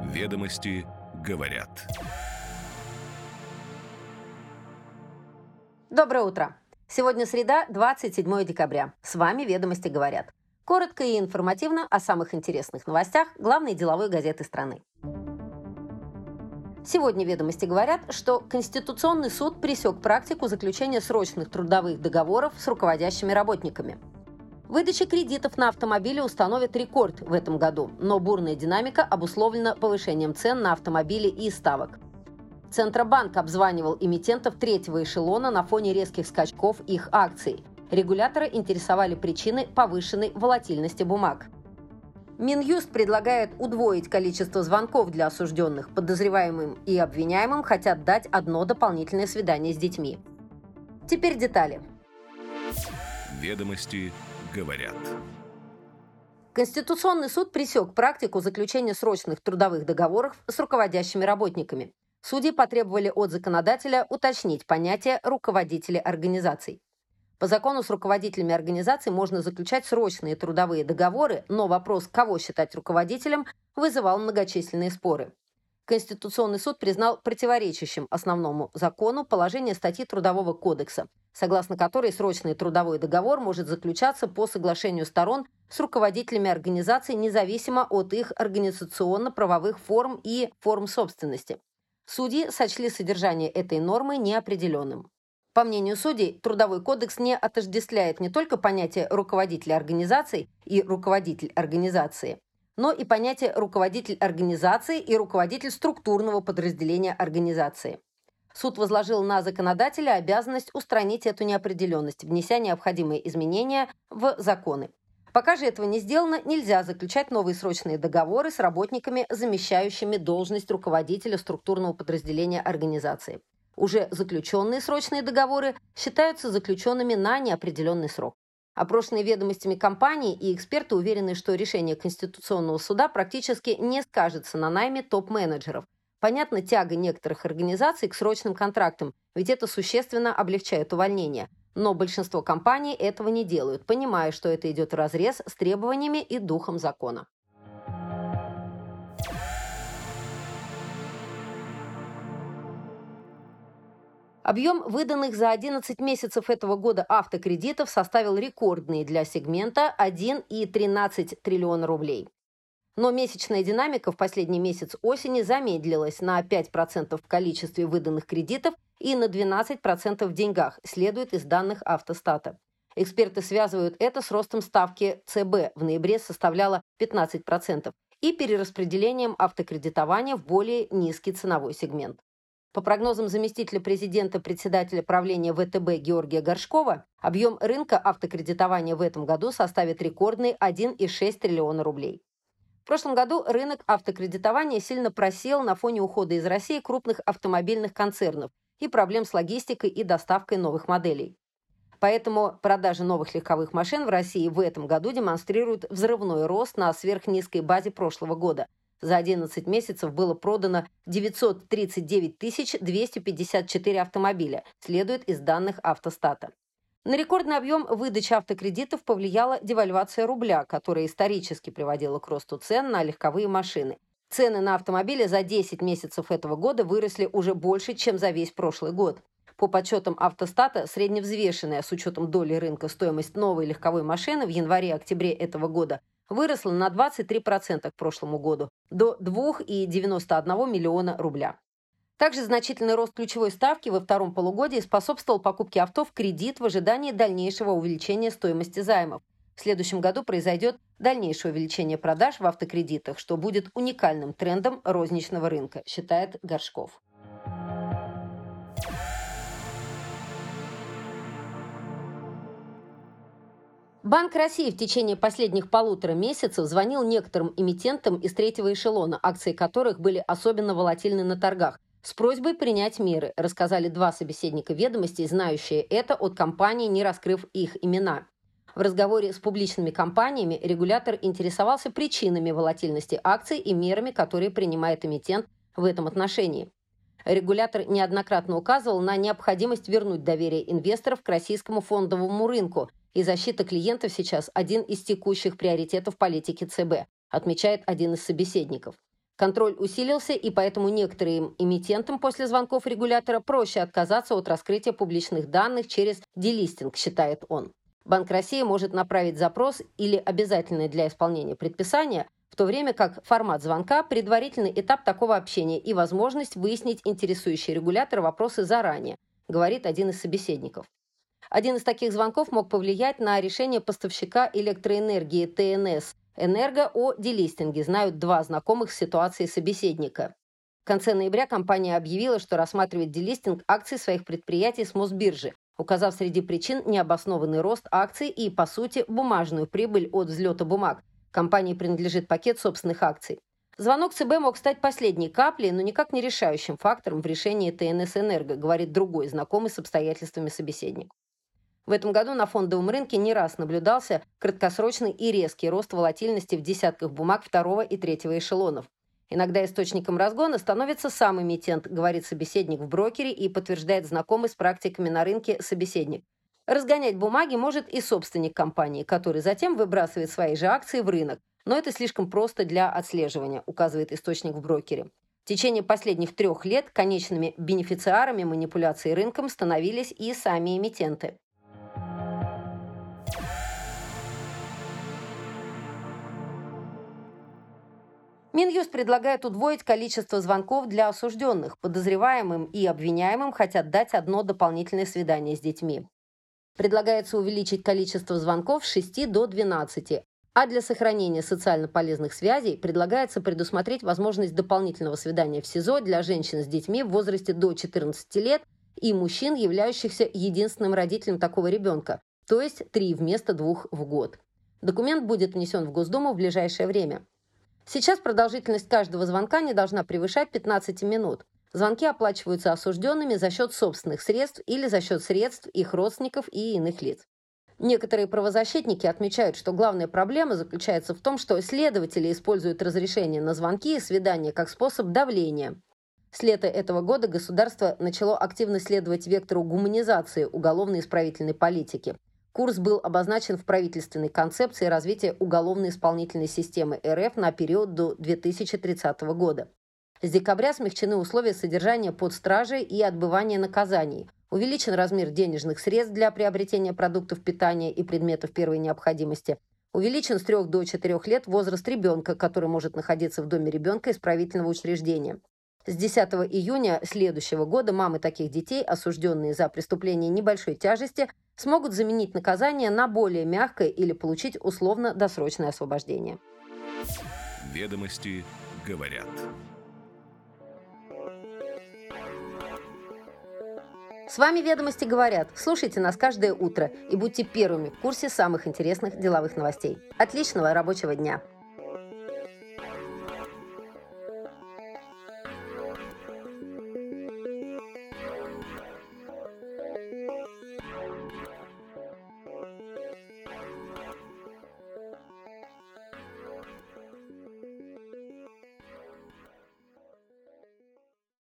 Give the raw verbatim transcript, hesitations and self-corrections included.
Ведомости говорят. Доброе утро. Сегодня среда, двадцать седьмое декабря. С вами «Ведомости говорят». Коротко и информативно о самых интересных новостях главной деловой газеты страны. Сегодня «Ведомости говорят», что Конституционный суд пресек практику заключения срочных трудовых договоров с руководящими работниками. Выдача кредитов на автомобили установит рекорд в этом году, но бурная динамика обусловлена повышением цен на автомобили и ставок. Центробанк обзванивал эмитентов третьего эшелона на фоне резких скачков их акций. Регулятора интересовали причины повышенной волатильности бумаг. Минюст предлагает удвоить количество звонков для осужденных. Подозреваемым и обвиняемым хотят дать одно дополнительное свидание с детьми. Теперь детали. Ведомости говорят. Конституционный суд пресек практику заключения срочных трудовых договоров с руководящими работниками. Судьи потребовали от законодателя уточнить понятие руководителей организаций. По закону с руководителями организаций можно заключать срочные трудовые договоры, но вопрос, кого считать руководителем, вызывал многочисленные споры. Конституционный суд признал противоречащим основному закону положение статьи Трудового кодекса, согласно которой срочный трудовой договор может заключаться по соглашению сторон с руководителями организаций независимо от их организационно-правовых форм и форм собственности. Судьи сочли содержание этой нормы неопределенным. По мнению судей, Трудовой кодекс не отождествляет не только понятие руководителя организаций и руководитель организации, но и понятие руководитель организации и руководитель структурного подразделения организации. Суд возложил на законодателя обязанность устранить эту неопределенность, внеся необходимые изменения в законы. Пока же этого не сделано, нельзя заключать новые срочные договоры с работниками, замещающими должность руководителя структурного подразделения организации. Уже заключенные срочные договоры считаются заключенными на неопределенный срок. Опрошенные ведомостями компании и эксперты уверены, что решение Конституционного суда практически не скажется на найме топ-менеджеров. Понятна тяга некоторых организаций к срочным контрактам, ведь это существенно облегчает увольнение. Но большинство компаний этого не делают, понимая, что это идет вразрез с требованиями и духом закона. Объем выданных за одиннадцать месяцев этого года автокредитов составил рекордный для сегмента один и тринадцать триллиона рублей. Но месячная динамика в последний месяц осени замедлилась на пять процентов в количестве выданных кредитов и на двенадцать процентов в деньгах, следует из данных Автостата. Эксперты связывают это с ростом ставки ЦБ, в ноябре составляла пятнадцать процентов, и перераспределением автокредитования в более низкий ценовой сегмент. По прогнозам заместителя президента председателя правления ВТБ Георгия Горшкова, объем рынка автокредитования в этом году составит рекордный один и шесть триллиона рублей. В прошлом году рынок автокредитования сильно просел на фоне ухода из России крупных автомобильных концернов и проблем с логистикой и доставкой новых моделей. Поэтому продажи новых легковых машин в России в этом году демонстрируют взрывной рост на сверхнизкой базе прошлого года. За одиннадцать месяцев было продано девятьсот тридцать девять тысяч двести пятьдесят четыре автомобиля, следует из данных Автостата. На рекордный объем выдачи автокредитов повлияла девальвация рубля, которая исторически приводила к росту цен на легковые машины. Цены на автомобили за десять месяцев этого года выросли уже больше, чем за весь прошлый год. По подсчетам Автостата, средневзвешенная с учетом доли рынка стоимость новой легковой машины в январе-октябре этого года выросла на двадцать три процента к прошлому году, до два и девяносто один миллиона рубля. Также значительный рост ключевой ставки во втором полугодии способствовал покупке авто в кредит в ожидании дальнейшего увеличения стоимости займов. В следующем году произойдет дальнейшее увеличение продаж в автокредитах, что будет уникальным трендом розничного рынка, считает Горшков. Банк России в течение последних полутора месяцев звонил некоторым эмитентам из третьего эшелона, акции которых были особенно волатильны на торгах, с просьбой принять меры, рассказали два собеседника «Ведомостей», знающие это от компаний, не раскрыв их имена. В разговоре с публичными компаниями регулятор интересовался причинами волатильности акций и мерами, которые принимает эмитент в этом отношении. Регулятор неоднократно указывал на необходимость вернуть доверие инвесторов к российскому фондовому рынку, и защита клиентов сейчас один из текущих приоритетов политики ЦБ, отмечает один из собеседников. Контроль усилился, и поэтому некоторым эмитентам после звонков регулятора проще отказаться от раскрытия публичных данных через делистинг, считает он. Банк России может направить запрос или обязательное для исполнения предписание, в то время как формат звонка – предварительный этап такого общения и возможность выяснить интересующие регулятора вопросы заранее, говорит один из собеседников. Один из таких звонков мог повлиять на решение поставщика электроэнергии ТНС «Энерго» о делистинге, знают два знакомых с ситуацией собеседника. В конце ноября компания объявила, что рассматривает делистинг акций своих предприятий с Мосбиржи, указав среди причин необоснованный рост акций и, по сути, бумажную прибыль от взлета бумаг. Компании принадлежит пакет собственных акций. Звонок ЦБ мог стать последней каплей, но никак не решающим фактором в решении ТНС «Энерго», говорит другой знакомый с обстоятельствами собеседник. В этом году на фондовом рынке не раз наблюдался краткосрочный и резкий рост волатильности в десятках бумаг второго и третьего эшелонов. Иногда источником разгона становится сам эмитент, говорит собеседник в брокере и подтверждает знакомый с практиками на рынке собеседник. Разгонять бумаги может и собственник компании, который затем выбрасывает свои же акции в рынок. Но это слишком просто для отслеживания, указывает источник в брокере. В течение последних трех лет конечными бенефициарами манипуляции рынком становились и сами эмитенты. Минюст предлагает удвоить количество звонков для осужденных. Подозреваемым и обвиняемым хотят дать одно дополнительное свидание с детьми. Предлагается увеличить количество звонков с шести до двенадцати, а для сохранения социально полезных связей предлагается предусмотреть возможность дополнительного свидания в СИЗО для женщин с детьми в возрасте до четырнадцати лет и мужчин, являющихся единственным родителем такого ребенка, то есть три вместо двух в год. Документ будет внесен в Госдуму в ближайшее время. Сейчас продолжительность каждого звонка не должна превышать пятнадцати минут. Звонки оплачиваются осужденными за счет собственных средств или за счет средств их родственников и иных лиц. Некоторые правозащитники отмечают, что главная проблема заключается в том, что следователи используют разрешение на звонки и свидания как способ давления. С лета этого года государство начало активно следовать вектору гуманизации уголовно-исправительной политики. Курс был обозначен в правительственной концепции развития уголовно-исполнительной системы РФ на период до две тысячи тридцатого года. С декабря смягчены условия содержания под стражей и отбывания наказаний. Увеличен размер денежных средств для приобретения продуктов питания и предметов первой необходимости. Увеличен с трех до четырех лет возраст ребенка, который может находиться в доме ребенка исправительного учреждения. С десятого июня следующего года мамы таких детей, осужденные за преступления небольшой тяжести, смогут заменить наказание на более мягкое или получить условно-досрочное освобождение. Ведомости говорят. С вами «Ведомости говорят». Слушайте нас каждое утро и будьте первыми в курсе самых интересных деловых новостей. Отличного рабочего дня!